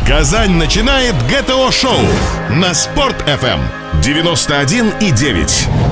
Казань начинает ГТО-шоу на Спорт-ФМ 91,9.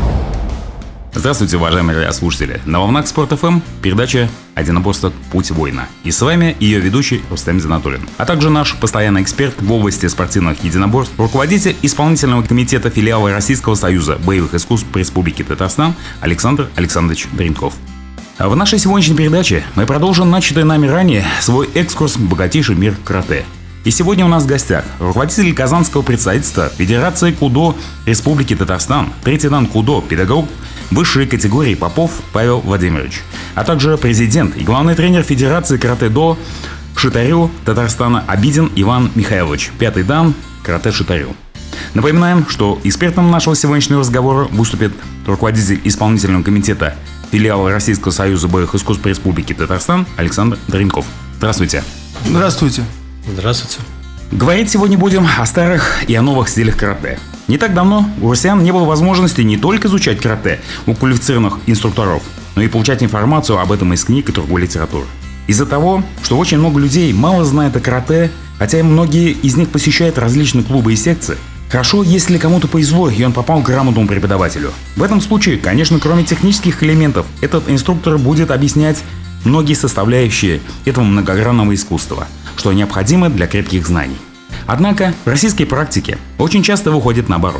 Здравствуйте, уважаемые радиослушатели. На волнах Спорт-ФМ передача «Единоборство. Путь воина». И с вами ее ведущий Рустем Зинатуллин. А также наш постоянный эксперт в области спортивных единоборств, руководитель исполнительного комитета филиала Российского союза боевых искусств Республики Татарстан Александр Александрович Дренков. В нашей сегодняшней передаче мы продолжим начатый нами ранее свой экскурс в богатейший мир карате. И сегодня у нас в гостях руководитель Казанского представительства Федерации Кудо Республики Татарстан, третий дан Кудо, педагог высшей категории Попов Павел Владимирович, а также президент и главный тренер Федерации карате-до Шитарю Татарстана Обидин Иван Михайлович, пятый дан карате Шитарю. Напоминаем, что экспертом нашего сегодняшнего разговора выступит руководитель исполнительного комитета филиала Российского союза боевых искусств Республики Татарстан Александр Дренков. Здравствуйте. Здравствуйте. Здравствуйте. Говорить сегодня будем о старых и о новых стилях карате. Не так давно у россиян не было возможности не только изучать карате у квалифицированных инструкторов, но и получать информацию об этом из книг и другой литературы. Из-за того, что очень много людей мало знает о карате, хотя и многие из них посещают различные клубы и секции, хорошо, если кому-то повезло, и он попал к грамотному преподавателю. В этом случае, конечно, кроме технических элементов, этот инструктор будет объяснять многие составляющие этого многогранного искусства, что необходимо для крепких знаний. Однако в российской практике очень часто выходит наоборот.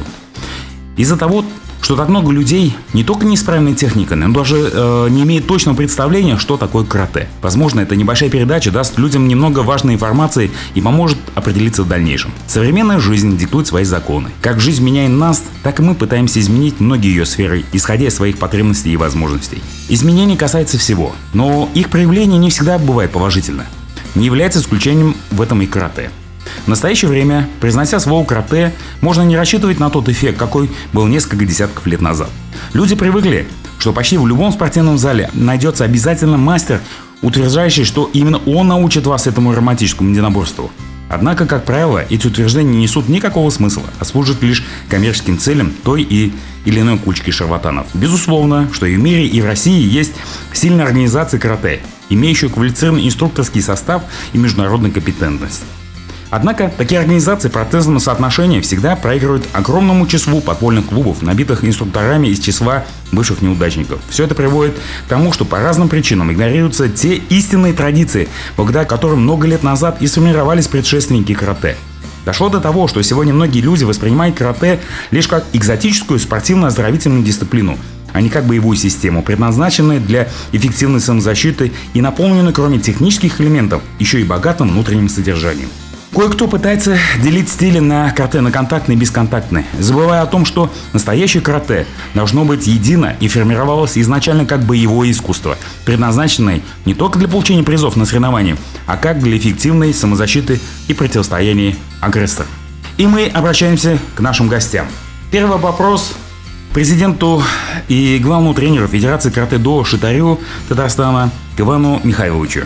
Из-за того, что так много людей не только не с правильной техникой, но даже не имеет точного представления, что такое карате. Возможно, эта небольшая передача даст людям немного важной информации и поможет определиться в дальнейшем. Современная жизнь диктует свои законы. Как жизнь меняет нас, так и мы пытаемся изменить многие ее сферы, исходя из своих потребностей и возможностей. Изменения касаются всего, но их проявление не всегда бывает положительно. Не является исключением в этом и карате. В настоящее время, произнося слово карате, можно не рассчитывать на тот эффект, какой был несколько десятков лет назад. Люди привыкли, что почти в любом спортивном зале найдется обязательно мастер, утверждающий, что именно он научит вас этому романтическому единоборству. Однако, как правило, эти утверждения не несут никакого смысла, а служат лишь коммерческим целям той или иной кучки шарлатанов. Безусловно, что и в мире, и в России есть сильные организации карате, имеющие квалифицированный инструкторский состав и международную компетентность. Однако, такие организации по процентному соотношению всегда проигрывают огромному числу подпольных клубов, набитых инструкторами из числа бывших неудачников. Все это приводит к тому, что по разным причинам игнорируются те истинные традиции, благодаря которым много лет назад и сформировались предшественники карате. Дошло до того, что сегодня многие люди воспринимают карате лишь как экзотическую спортивно-оздоровительную дисциплину, а не как боевую систему, предназначенную для эффективной самозащиты и наполненную, кроме технических элементов, еще и богатым внутренним содержанием. Кое-кто пытается делить стили на карате на контактные и бесконтактные, забывая о том, что настоящее карате должно быть едино и формировалось изначально как боевое искусство, предназначенное не только для получения призов на соревнованиях, а как для эффективной самозащиты и противостояния агрессору. И мы обращаемся к нашим гостям. Первый вопрос президенту и главному тренеру Федерации карате-до Шитарю Татарстана Ивану Михайловичу.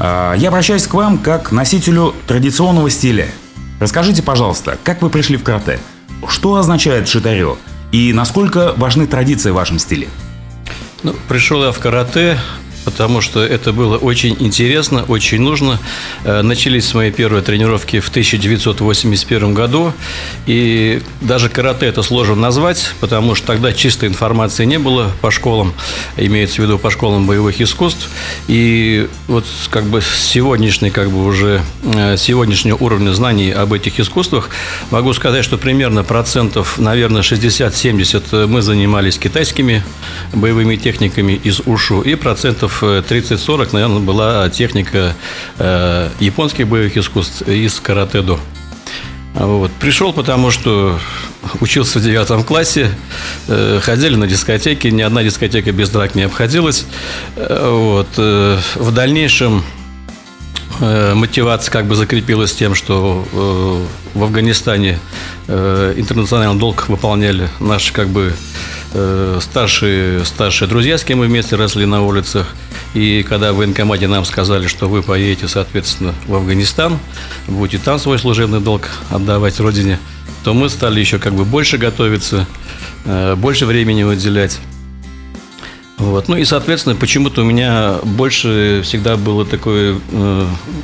Я обращаюсь к вам как носителю традиционного стиля. Расскажите, пожалуйста, как вы пришли в карате? Что означает шитарю? И насколько важны традиции в вашем стиле? Пришел я в карате, потому что это было очень интересно, очень нужно. Начались мои первые тренировки в 1981 году. И даже карате это сложно назвать, потому что тогда чистой информации не было по школам, имеется в виду по школам боевых искусств. И вот как бы сегодняшнего уровня знаний об этих искусствах могу сказать, что примерно процентов, наверное, 60-70 мы занимались китайскими боевыми техниками из ушу, и процентов 30-40, наверное, была техника японских боевых искусств из карате-до. Пришел, потому что учился в 9 классе, ходили на дискотеки, ни одна дискотека без драк не обходилась. В дальнейшем мотивация как бы закрепилась тем, что в Афганистане интернациональный долг выполняли наши как бы старшие друзья, с кем мы вместе росли на улицах. И когда в военкомате нам сказали, что вы поедете, соответственно, в Афганистан, будете там свой служебный долг отдавать родине, то мы стали еще как бы больше готовиться, больше времени уделять. И, соответственно, почему-то у меня больше всегда было такое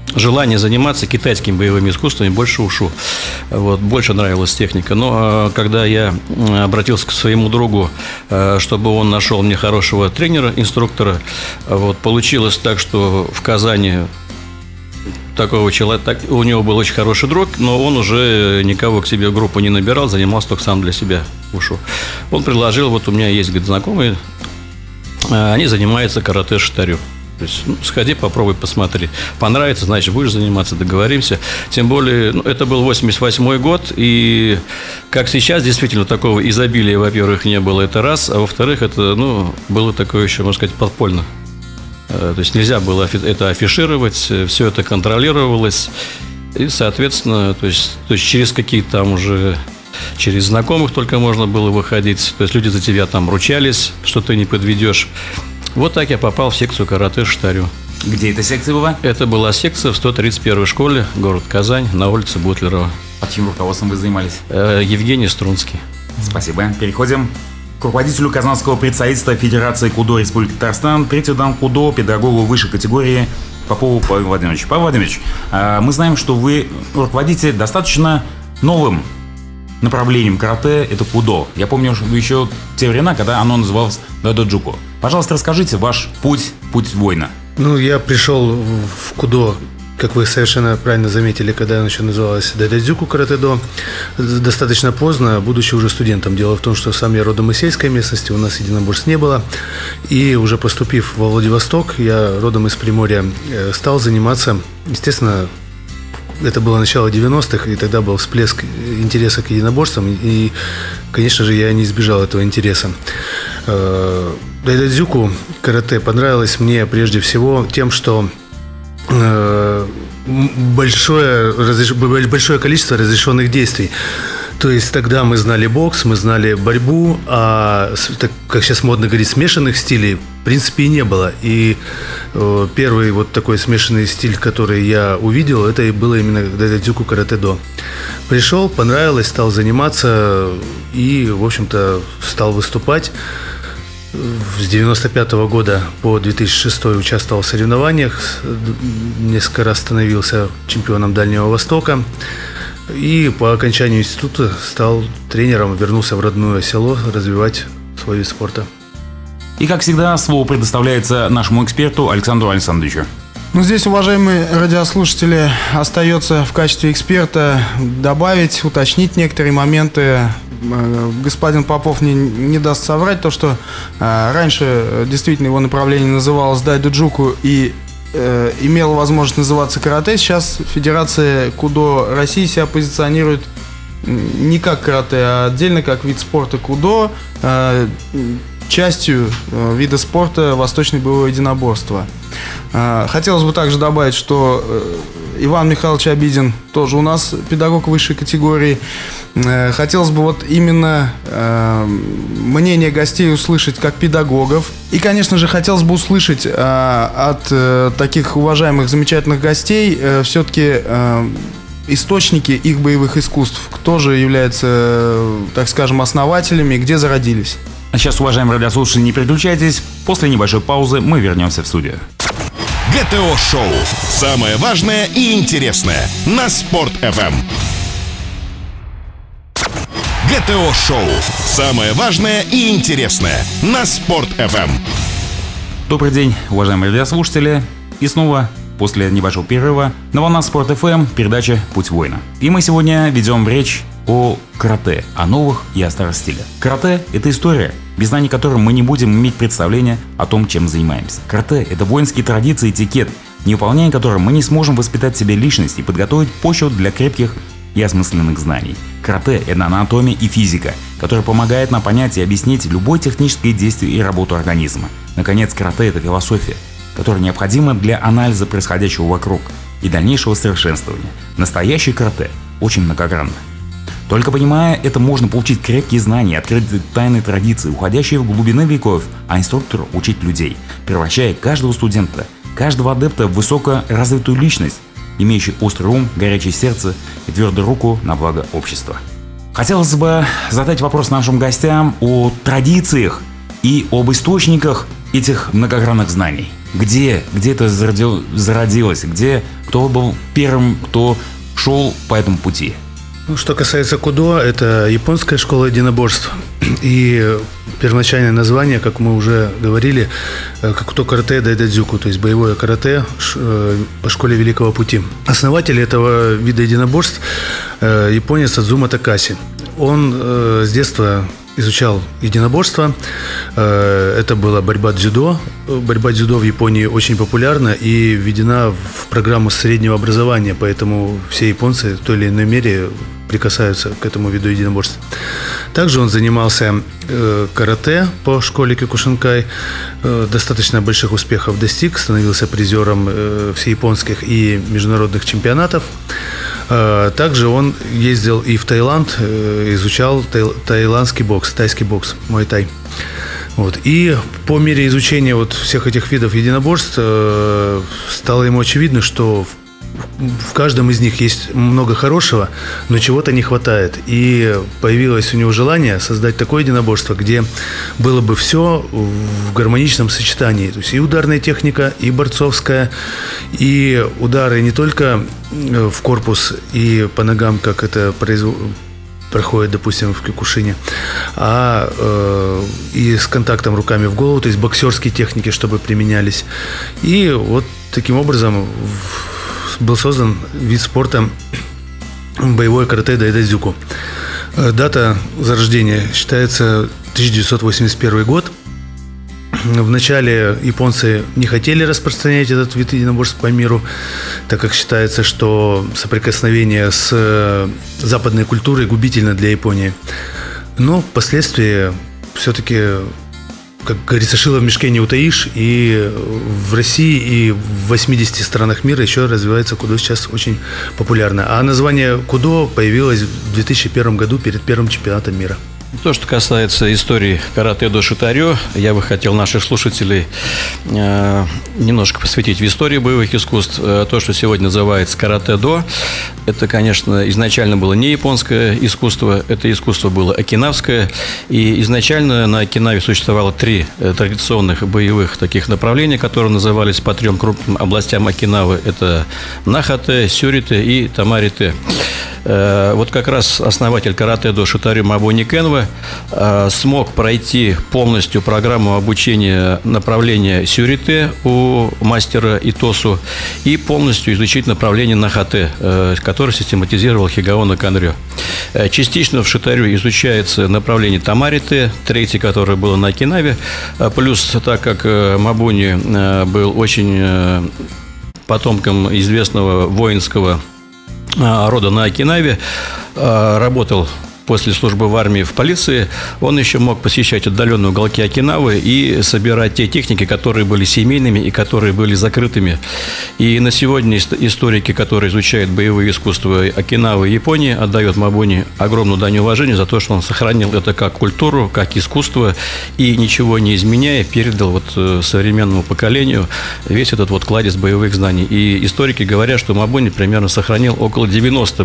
желание заниматься китайскими боевыми искусствами больше ушу. Вот, больше нравилась техника. Но когда я обратился к своему другу, чтобы он нашел мне хорошего тренера, инструктора, вот, получилось так, что в Казани такого человека, у него был очень хороший друг, но он уже никого к себе в группу не набирал, занимался только сам для себя ушу. Он предложил, вот у меня есть, говорит, знакомые, они занимаются карате шитарю. То есть, сходи, попробуй, посмотри. Понравится, значит, будешь заниматься, договоримся. Тем более, это был 88-й год, и как сейчас, действительно, такого изобилия, во-первых, не было, это раз, а во-вторых, это, было такое еще, можно сказать, подпольно. То есть, нельзя было это афишировать, все это контролировалось, и, соответственно, то есть через какие-то там уже... Через знакомых только можно было выходить. То есть люди за тебя там ручались, что ты не подведешь. Вот так я попал в секцию карате шитарю. Где эта секция была? Это была секция в 131-й школе, город Казань, на улице Бутлерова. Под чьим руководством вы занимались? Евгений Струнский. Спасибо. Переходим к руководителю Казанского представительства Федерации Кудо Республики Татарстан, третий дан Кудо, педагогу высшей категории Попову Павел Владимирович. Павел Владимирович, мы знаем, что вы руководите достаточно новым направлением карате – это кудо. Я помню еще те времена, когда оно называлось дайдо-джуку. Пожалуйста, расскажите ваш путь воина. Я пришел в кудо, как вы совершенно правильно заметили, когда оно еще называлось дайдо-дзюку карате-до, достаточно поздно, будучи уже студентом. Дело в том, что сам я родом из сельской местности, у нас единоборств не было. И уже поступив во Владивосток, я родом из Приморья, стал заниматься, естественно, это было начало 90-х, и тогда был всплеск интереса к единоборствам, и, конечно же, я не избежал этого интереса. Дайдо-дзюку карате понравилось мне прежде всего тем, что большое количество разрешенных действий. То есть тогда мы знали бокс, мы знали борьбу, а, как сейчас модно говорить, смешанных стилей в принципе и не было. И первый вот такой смешанный стиль, который я увидел, это и было именно дайдо-дзюку карате-до. Пришел, понравилось, стал заниматься и, в общем-то, стал выступать. С 1995 года по 2006 участвовал в соревнованиях, несколько раз становился чемпионом Дальнего Востока. И по окончанию института стал тренером, вернулся в родное село развивать свой вид спорта. И, как всегда, слово предоставляется нашему эксперту Александру Александровичу. Здесь, уважаемые радиослушатели, остается в качестве эксперта добавить, уточнить некоторые моменты. Господин Попов не даст соврать, то, что раньше действительно его направление называлось дайдо-джуку и имела возможность называться карате. Сейчас Федерация Кудо России себя позиционирует не как карате, а отдельно как вид спорта кудо, частью вида спорта восточное боевое единоборство. Хотелось бы также добавить, что Иван Михайлович Обидин тоже у нас педагог высшей категории. Хотелось бы вот именно мнение гостей услышать как педагогов. И, конечно же, хотелось бы услышать от таких уважаемых, замечательных гостей все-таки источники их боевых искусств. Кто же является, так скажем, основателями, где зародились. А сейчас, уважаемые радиослушатели, не переключайтесь. После небольшой паузы мы вернемся в студию. ГТО-шоу. Самое важное и интересное на Спорт-ФМ. ГТО-шоу. Самое важное и интересное на Спорт-ФМ. Добрый день, уважаемые радиослушатели. И снова, после небольшого перерыва, на волнах Спорт-ФМ передача «Путь воина». И мы сегодня ведем речь о карате, о новых и о старых стилях. Карате – это история, без знаний которой мы не будем иметь представления о том, чем занимаемся. Карате – это воинские традиции и этикет, не выполняя которых мы не сможем воспитать в себе личность и подготовить почву для крепких и осмысленных знаний. Карате – это анатомия и физика, которая помогает нам понять и объяснить любое техническое действие и работу организма. Наконец, карате – это философия, которая необходима для анализа происходящего вокруг и дальнейшего совершенствования. Настоящий карате очень многогранно. Только понимая это, можно получить крепкие знания, открыть тайные традиции, уходящие в глубины веков, а инструктор учить людей, превращая каждого студента, каждого адепта в высокоразвитую личность, имеющий острый ум, горячее сердце и твердую руку на благо общества. Хотелось бы задать вопрос нашим гостям о традициях и об источниках этих многогранных знаний. Где это зародилось? Кто был первым, кто шел по этому пути? Ну, что касается кудо, это японская школа единоборств. И первоначальное название, как мы уже говорили, какуто карате дайдадзюку, то есть боевое карате по школе Великого Пути. Основатель этого вида единоборств японец Адзума Такаси. Он с детства изучал единоборство. Это была борьба дзюдо. Борьба дзюдо в Японии очень популярна и введена в программу среднего образования, поэтому все японцы в той или иной мере прикасаются к этому виду единоборств. Также он занимался карате по школе Кёкушинкай, достаточно больших успехов достиг, становился призером всеяпонских и международных чемпионатов. Также он ездил и в Таиланд, изучал таиландский бокс, тайский бокс, муай-тай. Вот. И по мере изучения вот всех этих видов единоборств стало ему очевидно, что в каждом из них есть много хорошего, но чего-то не хватает. И появилось у него желание создать такое единоборство, где было бы все в гармоничном сочетании. То есть и ударная техника, и борцовская, и удары не только в корпус и по ногам, как это проходит, допустим, в Кёкушине, и с контактом руками в голову, то есть боксерские техники, чтобы применялись. И вот таким образом был создан вид спорта боевое карате дайдадзюку. Дата зарождения считается 1981 год. Вначале японцы не хотели распространять этот вид единоборств по миру, так как считается, что соприкосновение с западной культурой губительно для Японии. Но впоследствии все-таки, как говорится, шило в мешке не утаишь, и в России, и в 80 странах мира еще развивается кудо, сейчас очень популярно. А название кудо появилось в 2001 году перед первым чемпионатом мира. То, что касается истории карате-до шитарё, я бы хотел наших слушателей немножко посвятить в историю боевых искусств. То, что сегодня называется карате-до, это, конечно, изначально было не японское искусство, это искусство было окинавское. И изначально на Окинаве существовало 3 традиционных боевых таких направления, которые назывались по 3 крупным областям Окинавы. Это нахате, сюрите и тамарите. Вот как раз основатель карате-до шитарё Мабуни Кенва смог пройти полностью программу обучения направления сюрите у мастера Итосу и полностью изучить направление нахате, которое систематизировал Хигаона Канрё. Частично в шитарё изучается направление тамарите, третье, которое было на Окинаве. Плюс, так как Мабуни был очень потомком известного воинского рода на Окинаве, работал после службы в армии в полиции, он еще мог посещать отдаленные уголки Окинавы и собирать те техники, которые были семейными и которые были закрытыми. И на сегодня историки, которые изучают боевые искусства Окинавы и Японии, отдают Мабуни огромную дань уважения за то, что он сохранил это как культуру, как искусство и, ничего не изменяя, передал вот современному поколению весь этот вот кладезь боевых знаний. И историки говорят, что Мабуни примерно сохранил около 90%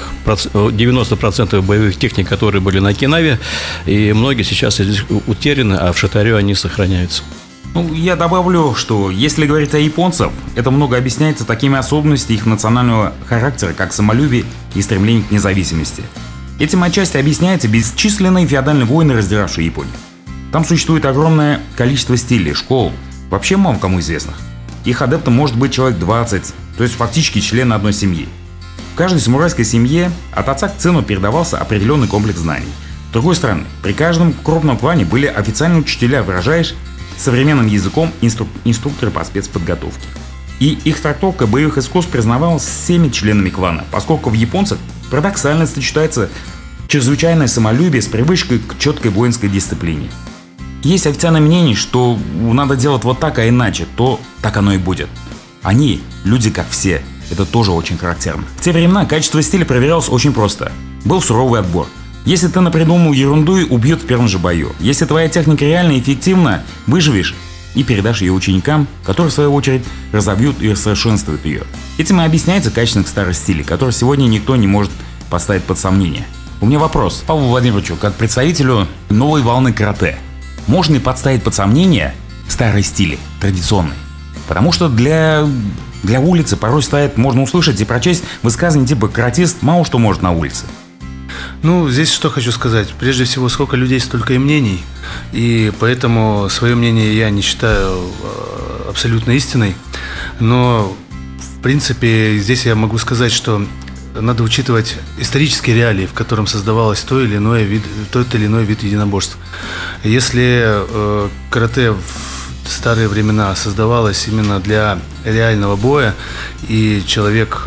боевых техник, которые были на Окинаве, и многие сейчас здесь утеряны, а в шитарё они сохраняются. Ну, я добавлю, что если говорить о японцах, это много объясняется такими особенностями их национального характера, как самолюбие и стремление к независимости. Этим отчасти объясняется бесчисленные феодальные войны, раздиравшие Японию. Там существует огромное количество стилей, школ, вообще мало кому известных. Их адептом может быть человек 20, то есть фактически члены одной семьи. В каждой самурайской семье от отца к сыну передавался определенный комплекс знаний. С другой стороны, при каждом крупном клане были официальные учителя, выражаясь современным языком, инструкторы по спецподготовке. И их трактовка боевых искусств признавалась всеми членами клана, поскольку в японцах парадоксально сочетается чрезвычайное самолюбие с привычкой к четкой воинской дисциплине. Есть официальное мнение, что надо делать вот так, а иначе, то так оно и будет. Они – люди как все. Это тоже очень характерно. В те времена качество стиля проверялось очень просто. Был суровый отбор. Если ты напридумал ерунду, убьют в первом же бою. Если твоя техника реально эффективна, выживешь и передашь ее ученикам, которые в свою очередь разовьют и усовершенствуют ее. Этим и объясняется качественность старых стилей, который сегодня никто не может поставить под сомнение. У меня вопрос Павлу Владимировичу, как представителю новой волны карате. Можно ли подставить под сомнение старые стили, традиционные? Потому что для улицы порой можно услышать и прочесть высказывания типа «каратист мало что может на улице». Ну, здесь что хочу сказать. Прежде всего, сколько людей, столько и мнений. И поэтому свое мнение я не считаю абсолютно истиной. Но, в принципе, здесь я могу сказать, что надо учитывать исторические реалии, в котором создавалось тот или иной вид единоборств. Если карате в старые времена создавалось именно для реального боя, и человек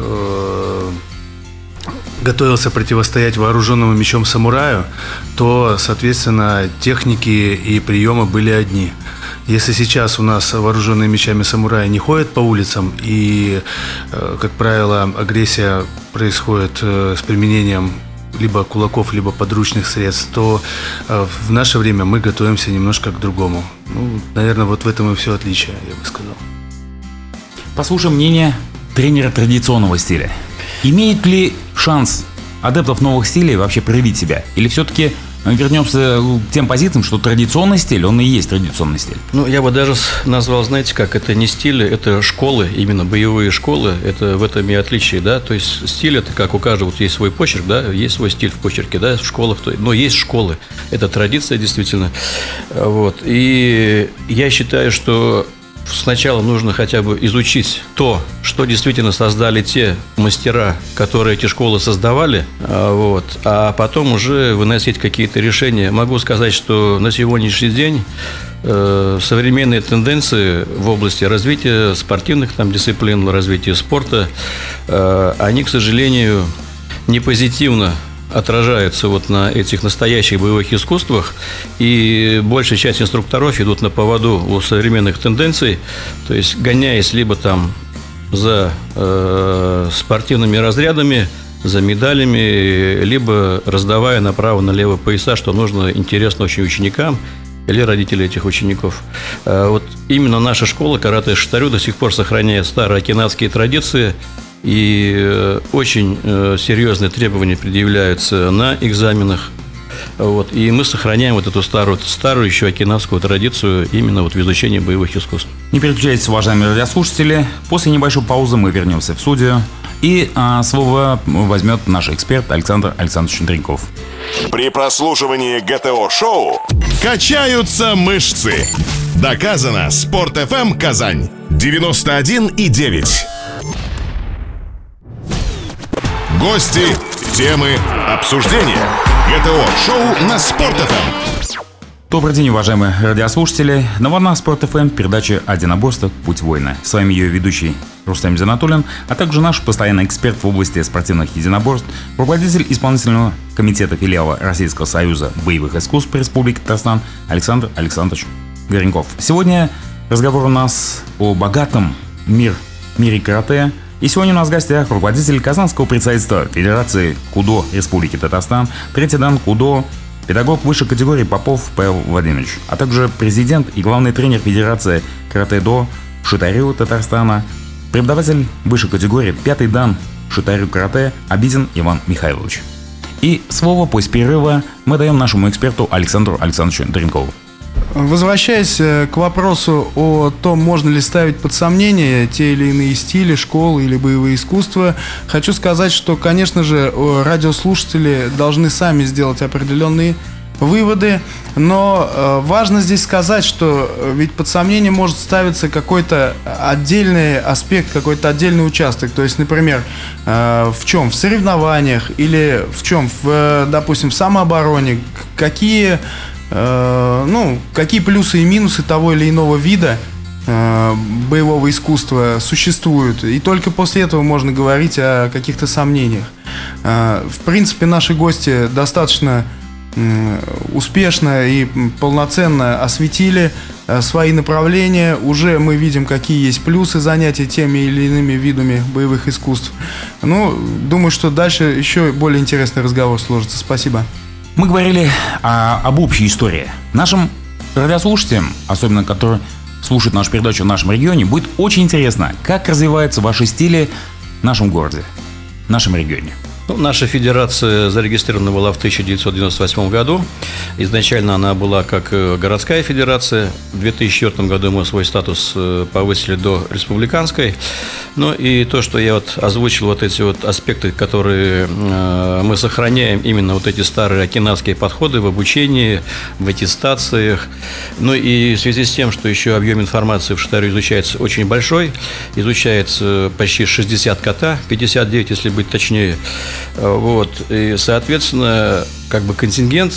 готовился противостоять вооруженному мечом самураю, то, соответственно, техники и приемы были одни. Если сейчас у нас вооруженные мечами самураи не ходят по улицам, и, как правило, агрессия происходит с применением либо кулаков, либо подручных средств, то в наше время мы готовимся немножко к другому. Ну, наверное, вот в этом и все отличие, я бы сказал. Послушаем мнение тренера традиционного стиля. Имеет ли шанс адептов новых стилей вообще проявить себя? Или все-таки вернемся к тем позициям, что традиционный стиль, он и есть традиционный стиль? Ну, я бы даже назвал, знаете как, это не стили, это школы, именно боевые школы, это в этом и отличие, да, то есть стиль, это как у каждого вот есть свой почерк, да, есть свой стиль в почерке, да, в школах, но есть школы, это традиция действительно, вот, и я считаю, что сначала нужно хотя бы изучить то, что действительно создали те мастера, которые эти школы создавали, вот, а потом уже выносить какие-то решения. Могу сказать, что на сегодняшний день современные тенденции в области развития спортивных дисциплин, развития спорта, они, к сожалению, не позитивно отражаются вот на этих настоящих боевых искусствах, и большая часть инструкторов идут на поводу у современных тенденций, то есть гоняясь либо за спортивными разрядами, за медалями, либо раздавая направо-налево пояса, что нужно интересно очень ученикам или родители этих учеников. Вот именно наша школа карате Шитарю до сих пор сохраняет старые окинавские традиции, и очень серьезные требования предъявляются на экзаменах. Вот. И мы сохраняем вот эту старую еще окинавскую традицию именно вот в изучении боевых искусств. Не переключайтесь, уважаемые радиослушатели. После небольшой паузы мы вернемся в студию. И слово возьмет наш эксперт Александр Александрович Дренков. При прослушивании ГТО-шоу качаются мышцы. Доказано. Спорт FM Казань 91,9. Гости, темы, обсуждения. ГТО-шоу на Спорт FM. Добрый день, уважаемые радиослушатели. На волнах Спорт FM передача «Единоборство. Путь воина». С вами ее ведущий Рустам Зинатуллин, а также наш постоянный эксперт в области спортивных единоборств, руководитель исполнительного комитета филиала Российского союза боевых искусств по Республике Татарстан Александр Александрович Горенков. Сегодня разговор у нас о богатом мире карате. И сегодня у нас в гостях руководитель Казанского представительства Федерации Кудо Республики Татарстан, третий дан Кудо, педагог высшей категории Попов Павел Владимирович, а также президент и главный тренер Федерации Каратэ-До Шитарю Татарстана, преподаватель высшей категории пятый дан Шитарю Карате Обидин Иван Михайлович. И слово после перерыва мы даем нашему эксперту Александру Александровичу Дренкову. Возвращаясь к вопросу о том, можно ли ставить под сомнение те или иные стили, школы или боевые искусства, хочу сказать, что, конечно же, радиослушатели должны сами сделать определенные выводы, но важно здесь сказать, что ведь под сомнение может ставиться какой-то отдельный аспект, какой-то отдельный участок. То есть, например, в чем? В соревнованиях или в чем? Допустим, в самообороне. Какие плюсы и минусы того или иного вида боевого искусства существуют. И только после этого можно говорить о каких-то сомнениях. В принципе, наши гости достаточно успешно и полноценно осветили свои направления. Уже мы видим, какие есть плюсы занятия теми или иными видами боевых искусств. Думаю, что дальше еще более интересный разговор сложится. Спасибо. Мы говорили об общей истории. Нашим радиослушателям, особенно которые слушают нашу передачу в нашем регионе, будет очень интересно, как развиваются ваши стили в нашем городе, в нашем регионе. Наша федерация зарегистрирована была в 1998 году. Изначально она была как городская федерация. В 2004 году мы свой статус повысили до республиканской. Ну и то, что я озвучил, эти аспекты, которые мы сохраняем, именно эти старые окинавские подходы в обучении, в аттестациях. Ну и в связи с тем, что еще объем информации в Шатарю изучается очень большой, изучается почти 60 ката, 59, если быть точнее. И, соответственно, контингент,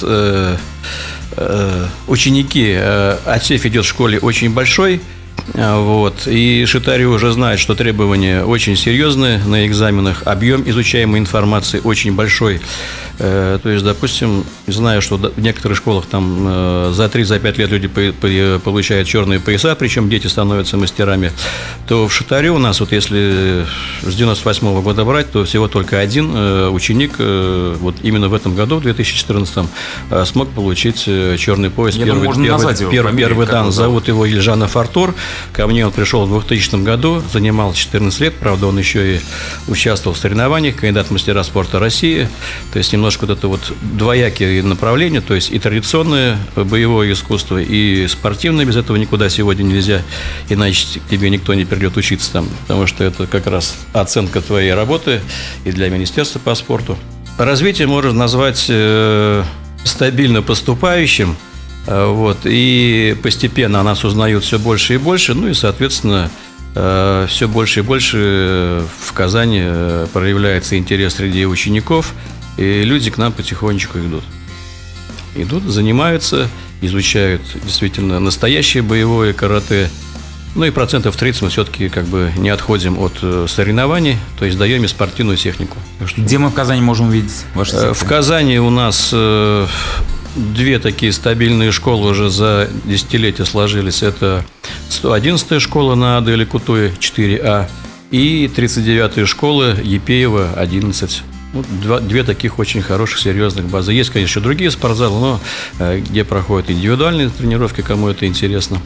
ученики, отсев идет в школе очень большой. И Шатарю уже знает, что требования очень серьезные на экзаменах, объем изучаемой информации очень большой. То есть, допустим, знаю, что в некоторых школах там за 3-5 лет люди получают черные пояса, причем дети становятся мастерами, то в Шатарю у нас, если с 98 года брать, то всего только один ученик именно в этом году, в 2014, смог получить черный пояс. Первый дан. Зовут его Ильжанов Артур. Ко мне он пришел в 2000 году, занимал 14 лет, правда, он еще и участвовал в соревнованиях, кандидат в мастера спорта России, то есть немножко двоякие направления, то есть и традиционное боевое искусство, и спортивное, без этого никуда сегодня нельзя, иначе к тебе никто не придет учиться там, потому что это как раз оценка твоей работы и для Министерства по спорту. Развитие можно назвать стабильно поступающим. И постепенно о нас узнают все больше и больше, и, соответственно, все больше и больше в Казани проявляется интерес среди учеников, и люди к нам потихонечку идут, занимаются, изучают действительно настоящее боевое карате. И 30% мы все-таки не отходим от соревнований, то есть даем и спортивную технику. Где мы в Казани можем увидеть ваши секции? В Казани у нас 2 такие стабильные школы уже за десятилетия сложились. Это 111-я школа на Аделе Кутуе 4А и 39-я школа Епеева 11. 2 таких очень хороших, серьезных базы. Есть, конечно, еще другие спортзалы, но где проходят индивидуальные тренировки, кому это интересно.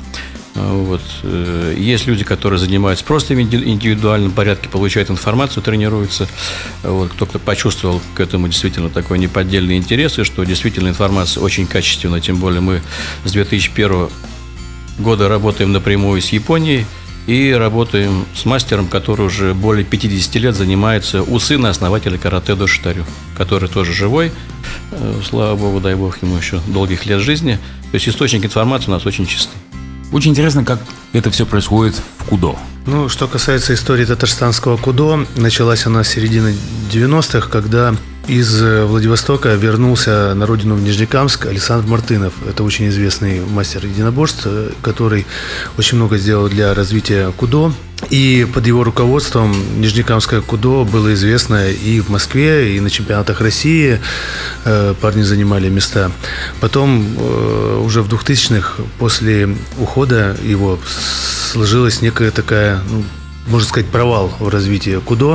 Есть люди, которые занимаются просто в индивидуальном порядке, получают информацию, тренируются. Кто-то почувствовал к этому действительно такой неподдельный интерес, и что действительно информация очень качественная. Тем более мы с 2001 года работаем напрямую с Японией и работаем с мастером, который уже более 50 лет занимается у сына основателя каратэ-до Шатарю, который тоже живой. Слава богу, дай бог ему еще долгих лет жизни. То есть источник информации у нас очень чистый. Очень интересно, как это все происходит в кудо. Что касается истории татарстанского кудо, началась она с середины 90-х, когда из Владивостока вернулся на родину в Нижнекамск Александр Мартынов. Это очень известный мастер единоборств, который очень много сделал для развития кудо. И под его руководством нижнекамское кудо было известно и в Москве, и на чемпионатах России. Парни занимали места. Потом, уже в 2000-х, после ухода его, сложилась некая такая, можно сказать, провал в развитии кудо.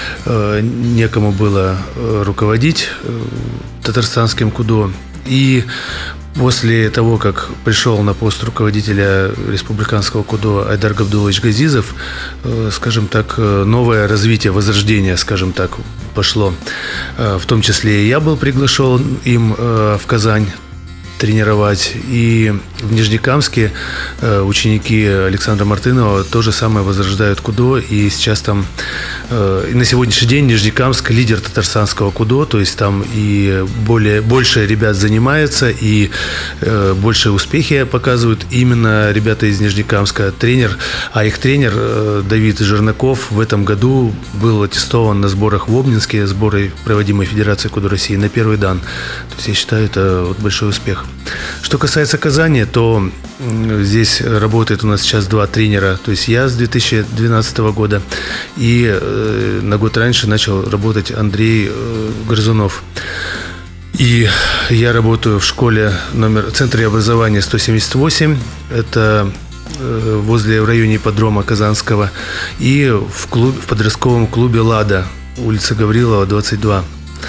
Некому было руководить татарстанским кудо. И после того, как пришел на пост руководителя республиканского кудо Айдар Габдулович Газизов, скажем так, новое развитие, возрождение, скажем так, пошло. В том числе и я был приглашен им в Казань тренировать. И в Нижнекамске ученики Александра Мартынова то же самое возрождают кудо. И сейчас там и на сегодняшний день Нижнекамск лидер татарстанского кудо. То есть там и больше ребят занимается, и большие успехи показывают именно ребята из Нижнекамска. А их тренер Давид Жернаков в этом году был аттестован на сборах в Обнинске, сборы, проводимой Федерацией кудо России, на первый дан. То есть я считаю, это большой успех. Что касается Казани, то здесь работает у нас сейчас 2 тренера. То есть я с 2012 года, и на год раньше начал работать Андрей Грызунов. И я работаю в школе центре образования 178. Это в районе ипподрома Казанского. И в подростковом клубе «Лада», улица Гаврилова, 22.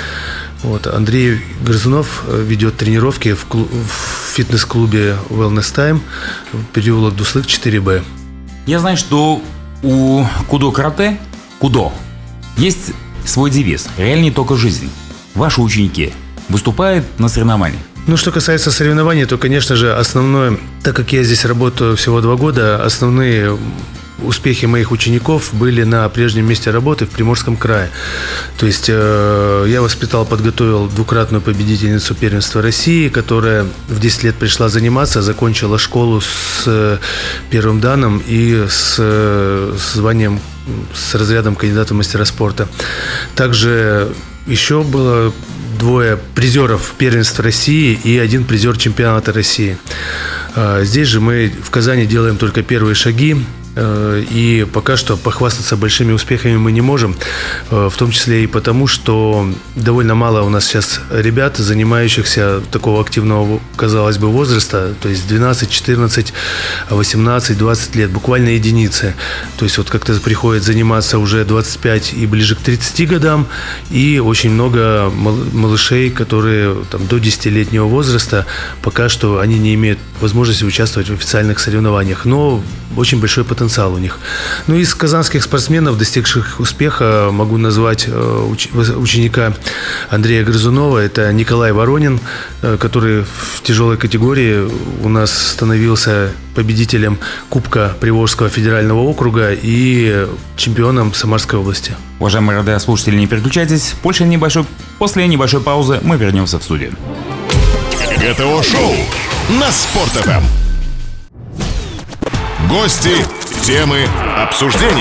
Андрей Грызунов ведет тренировки в фитнес-клубе Wellness Time, переулок Дуслык, 4Б. Я знаю, что у кудо-карате, есть свой девиз «Реальнее только жизнь». Ваши ученики выступают на соревнованиях? Ну, что касается соревнований, то, конечно же, основное, так как я здесь работаю всего 2 года, основные успехи моих учеников были на прежнем месте работы в Приморском крае. То есть я воспитал, подготовил 2-кратную победительницу первенства России, которая в 10 лет пришла заниматься, закончила школу с первым данным и с званием, с разрядом кандидата в мастера спорта. Также еще было 2 призеров первенства России и 1 призер чемпионата России. Здесь же мы в Казани делаем только первые шаги. И пока что похвастаться большими успехами мы не можем, в том числе и потому, что довольно мало у нас сейчас ребят, занимающихся такого активного, казалось бы, возраста, то есть 12, 14, 18, 20 лет, буквально единицы. То есть вот как-то приходит заниматься уже 25 и ближе к 30 годам, и очень много малышей, которые там, до 10-летнего возраста, пока что они не имеют возможности участвовать в официальных соревнованиях, но очень большой потенциал у них. Ну, из казанских спортсменов, достигших успеха, могу назвать ученика Андрея Грызунова. Это Николай Воронин, который в тяжелой категории у нас становился победителем Кубка Приволжского федерального округа и чемпионом Самарской области. Уважаемые радиослушатели, не переключайтесь. После небольшой паузы мы вернемся в студию. ГТО-шоу на Спорт.ФМ. Гости, темы, обсуждения.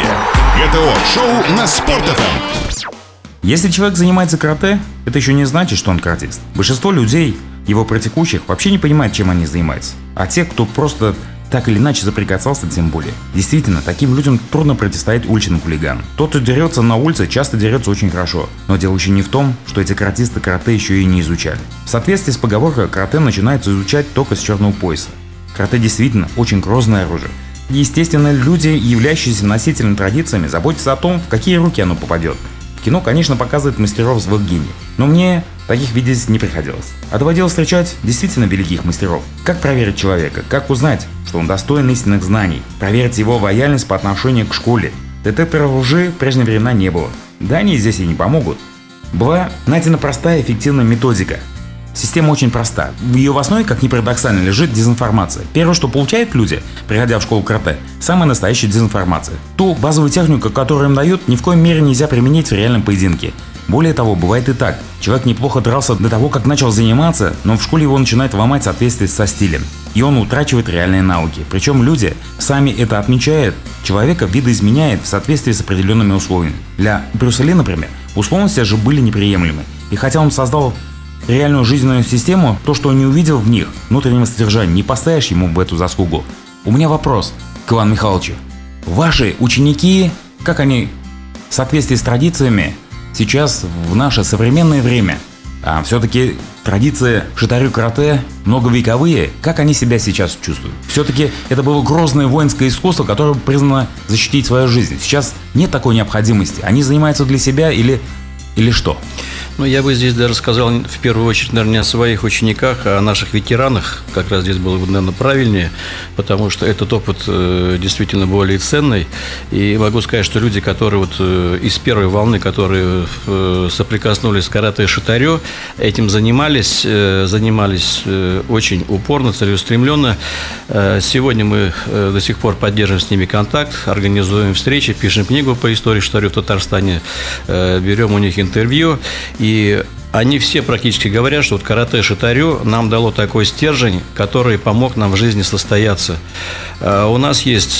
ГТО-шоу на Спорт.ФМ. Если человек занимается карате, это еще не значит, что он каратист. Большинство людей, его практикующих, вообще не понимают, чем они занимаются. А те, кто просто так или иначе заприкасался, тем более. Действительно, таким людям трудно противостоять уличным хулиганам. Тот, кто дерется на улице, часто дерется очень хорошо. Но дело еще не в том, что эти каратисты карате еще и не изучали. В соответствии с поговоркой, карате начинается изучать только с черного пояса. Карате действительно очень грозное оружие. Естественно, люди, являющиеся носителями традициями, заботятся о том, в какие руки оно попадет. Кино, конечно, показывает мастеров с гений, но мне таких видеть не приходилось. А доводилось встречать действительно великих мастеров. Как проверить человека? Как узнать, что он достоин истинных знаний? Проверить его лояльность по отношению к школе? Детекторов лжи в прежние времена не было. Да они здесь и не помогут. Была найдена простая и эффективная методика. Система очень проста. В ее основе, как ни парадоксально, лежит дезинформация. Первое, что получают люди, приходя в школу карате, самая настоящая дезинформация. Ту базовую технику, которую им дают, ни в коем мере нельзя применить в реальном поединке. Более того, бывает и так. Человек неплохо дрался до того, как начал заниматься, но в школе его начинает ломать в соответствии со стилем. И он утрачивает реальные навыки. Причем люди сами это отмечают. Человека видоизменяет в соответствии с определенными условиями. Для Брюса Ли, например, условности же были неприемлемы. И хотя он создал реальную жизненную систему, то, что он не увидел в них, внутреннего содержания, не поставишь ему в эту заслугу. У меня вопрос к Ивану Михайловичу. Ваши ученики, как они в соответствии с традициями сейчас в наше современное время, а все-таки традиции шитарю карате многовековые, как они себя сейчас чувствуют? Все-таки это было грозное воинское искусство, которое призвано защитить свою жизнь. Сейчас нет такой необходимости. Они занимаются для себя или что? Ну, я бы здесь даже сказал, в первую очередь, наверное, не о своих учениках, а о наших ветеранах. Как раз здесь было бы, наверное, правильнее, потому что этот опыт действительно более ценный. И могу сказать, что люди, которые вот из первой волны, которые соприкоснулись с карате и шитарё, этим занимались очень упорно, целеустремленно. Сегодня мы до сих пор поддерживаем с ними контакт, организуем встречи, пишем книгу по истории шитарё в Татарстане, берем у них интервью. И они все практически говорят, что вот карате шитарё нам дало такой стержень, который помог нам в жизни состояться. У нас есть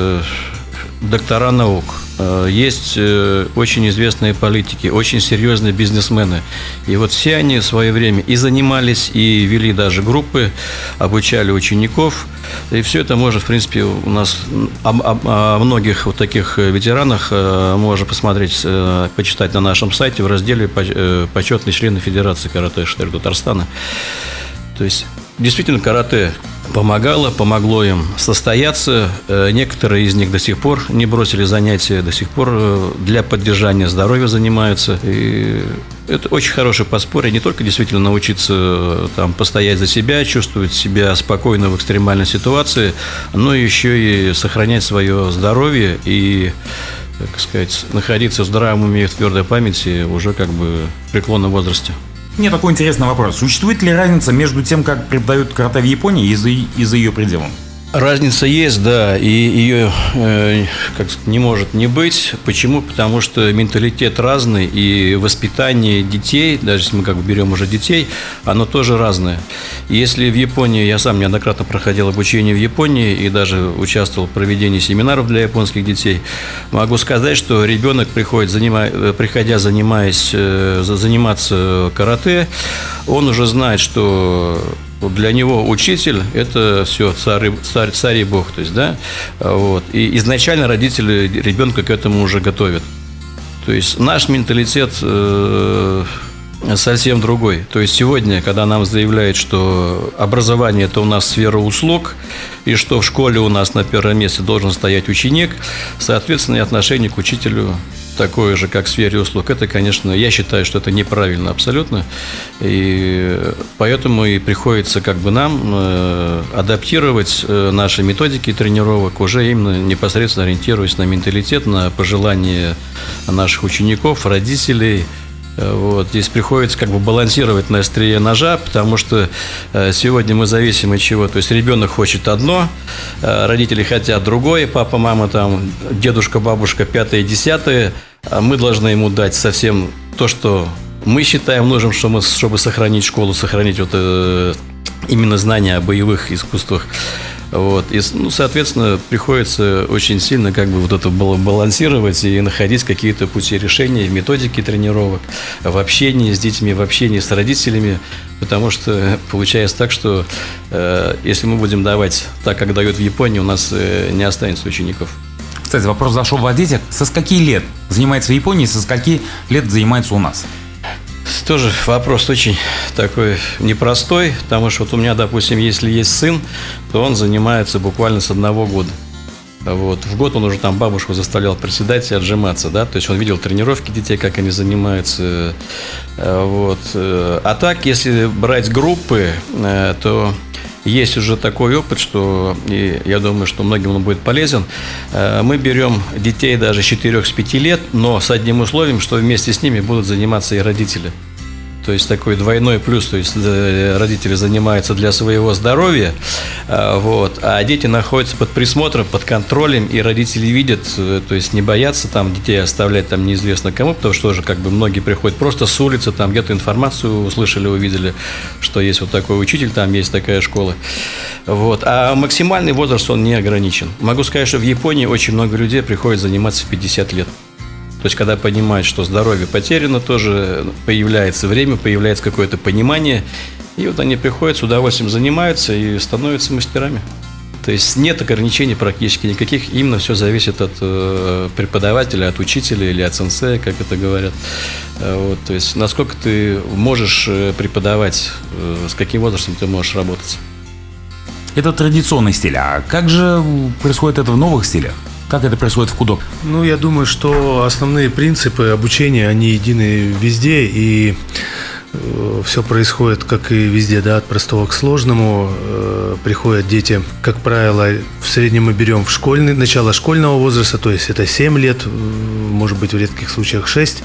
доктора наук, есть очень известные политики, очень серьезные бизнесмены. И вот все они в свое время и занимались, и вели даже группы, обучали учеников. И все это можно, в принципе, у нас о многих вот таких ветеранах можно посмотреть, почитать на нашем сайте в разделе «Почетные члены Федерации карате шитарё Татарстана». То есть, действительно, карате помогло им состояться. Некоторые из них до сих пор не бросили занятия, до сих пор для поддержания здоровья занимаются. И это очень хорошее подспорье. Не только действительно научиться там постоять за себя, чувствовать себя спокойно в экстремальной ситуации, но еще и сохранять свое здоровье и так сказать, находиться в здравом уме и в твердой памяти уже как бы в преклонном возрасте. Мне такой интересный вопрос. Существует ли разница между тем, как преподают карате в Японии и за ее пределами? Разница есть, да, и ее не может не быть. Почему? Потому что менталитет разный, и воспитание детей, даже если мы как бы берем уже детей, оно тоже разное. Если в Японии, я сам неоднократно проходил обучение в Японии и даже участвовал в проведении семинаров для японских детей, могу сказать, что ребенок приходит, приходя заниматься карате, он уже знает, что для него учитель – это все царь и бог, то есть, да, вот. И изначально родители ребенка к этому уже готовят. То есть наш менталитет совсем другой. То есть сегодня, когда нам заявляют, что образование – это у нас сфера услуг, и что в школе у нас на первом месте должен стоять ученик, соответственно, и отношение к учителю такое же, как в сфере услуг. Это, конечно, я считаю, что это неправильно абсолютно. И поэтому и приходится как бы нам адаптировать наши методики тренировок, уже именно непосредственно ориентируясь на менталитет, на пожелания наших учеников, родителей. Вот. Здесь приходится как бы балансировать на острие ножа, потому что сегодня мы зависим от чего. То есть ребенок хочет одно, родители хотят другое, папа, мама, там, дедушка, бабушка, пятое, десятое. А мы должны ему дать совсем то, что мы считаем нужным, чтобы сохранить школу, сохранить вот, именно знания о боевых искусствах. Вот. И, соответственно, приходится очень сильно как бы вот это балансировать и находить какие-то пути решения, методики тренировок, в общении с детьми, в общении с родителями, потому что получается так, что если мы будем давать так, как дают в Японии, у нас не останется учеников. Кстати, вопрос зашел в детях. Со скольки лет занимается в Японии, со скольки лет занимается у нас? Тоже вопрос очень такой непростой, потому что вот у меня, допустим, если есть сын, то он занимается буквально с 1 года. Вот. В год он уже там бабушку заставлял приседать и отжиматься, да, то есть он видел тренировки детей, как они занимаются. Вот. А так, если брать группы, то есть уже такой опыт, что, и я думаю, что многим он будет полезен. Мы берем детей даже с 4-5 лет, но с одним условием, что вместе с ними будут заниматься и родители. То есть такой двойной плюс, то есть родители занимаются для своего здоровья, вот, а дети находятся под присмотром, под контролем, и родители видят, то есть не боятся там детей оставлять там неизвестно кому, потому что тоже как бы многие приходят просто с улицы, там где-то информацию услышали, увидели, что есть вот такой учитель, там есть такая школа. Вот. А максимальный возраст, он не ограничен. Могу сказать, что в Японии очень много людей приходят заниматься в 50 лет. То есть, когда понимают, что здоровье потеряно, тоже появляется время, появляется какое-то понимание. И вот они приходят, с удовольствием занимаются и становятся мастерами. То есть, нет ограничений практически никаких. Именно все зависит от преподавателя, от учителя или от сенсея, как это говорят. Вот, то есть, насколько ты можешь преподавать, с каким возрастом ты можешь работать. Это традиционный стиль. А как же происходит это в новых стилях? Как это происходит в кудо? Ну, я думаю, что основные принципы обучения, они едины везде, и все происходит, как и везде, да, от простого к сложному. Приходят дети, как правило, в среднем мы берем начало школьного возраста, то есть это 7 лет, может быть, в редких случаях 6.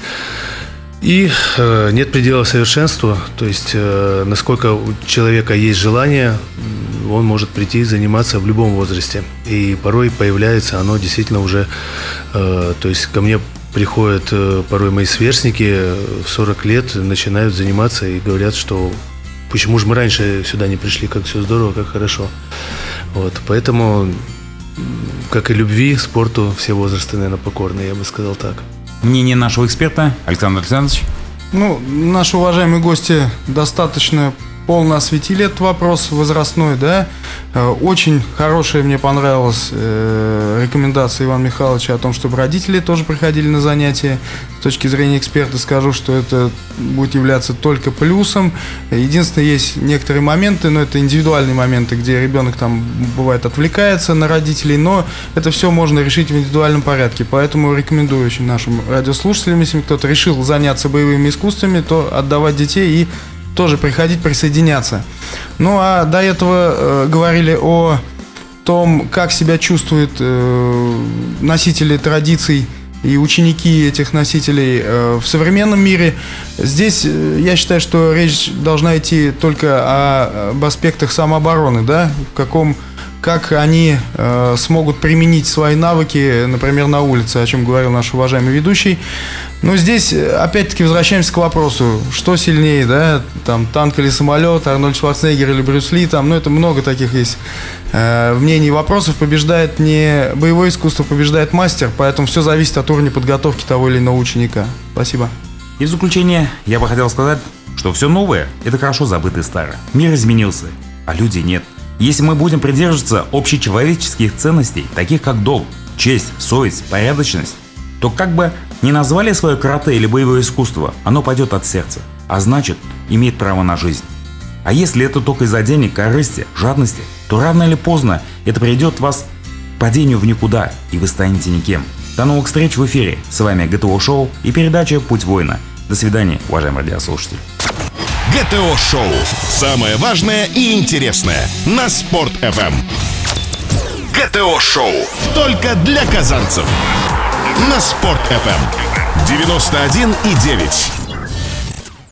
И нет предела совершенству, то есть насколько у человека есть желание, он может прийти и заниматься в любом возрасте. И порой появляется оно действительно уже, то есть ко мне приходят порой мои сверстники в 40 лет, начинают заниматься и говорят, что почему же мы раньше сюда не пришли, как все здорово, как хорошо. Вот, поэтому, как и любви, спорту все возрасты, наверное, покорны, я бы сказал так. Мнение нашего эксперта Александр Александрович. Ну, наши уважаемые гости достаточно полно осветили этот вопрос возрастной, да. Очень хорошая мне понравилась рекомендация Ивана Михайловича о том, чтобы родители тоже приходили на занятия. С точки зрения эксперта скажу, что это будет являться только плюсом. Единственное, есть некоторые моменты, но это индивидуальные моменты, где ребенок там бывает отвлекается на родителей, но это все можно решить в индивидуальном порядке. Поэтому рекомендую очень нашим радиослушателям, если кто-то решил заняться боевыми искусствами, то отдавать детей и тоже приходить, присоединяться. Ну, а до этого говорили о том, как себя чувствуют носители традиций и ученики этих носителей в современном мире. Здесь я считаю, что речь должна идти только об аспектах самообороны, да, как они смогут применить свои навыки, например, на улице, о чем говорил наш уважаемый ведущий. Но здесь, опять-таки, возвращаемся к вопросу, что сильнее, да, там, танк или самолет, Арнольд Шварценеггер или Брюс Ли, там, это много таких есть мнений и вопросов. Побеждает не боевое искусство, побеждает мастер, поэтому все зависит от уровня подготовки того или иного ученика. Спасибо. И в заключение я бы хотел сказать, что все новое – это хорошо забытое старое. Мир изменился, а люди нет. Если мы будем придерживаться общечеловеческих ценностей, таких как долг, честь, совесть, порядочность, то как бы ни назвали свое карате или боевое искусство, оно пойдет от сердца, а значит, имеет право на жизнь. А если это только из-за денег, корысти, жадности, то рано или поздно это приведет вас к падению в никуда, и вы станете никем. До новых встреч в эфире. С вами ГТО Шоу и передача «Путь воина». До свидания, уважаемые радиослушатели. ГТО Шоу. Самое важное и интересное на Спорт FM. ГТО Шоу. Только для казанцев. На Спорт FM 91,9.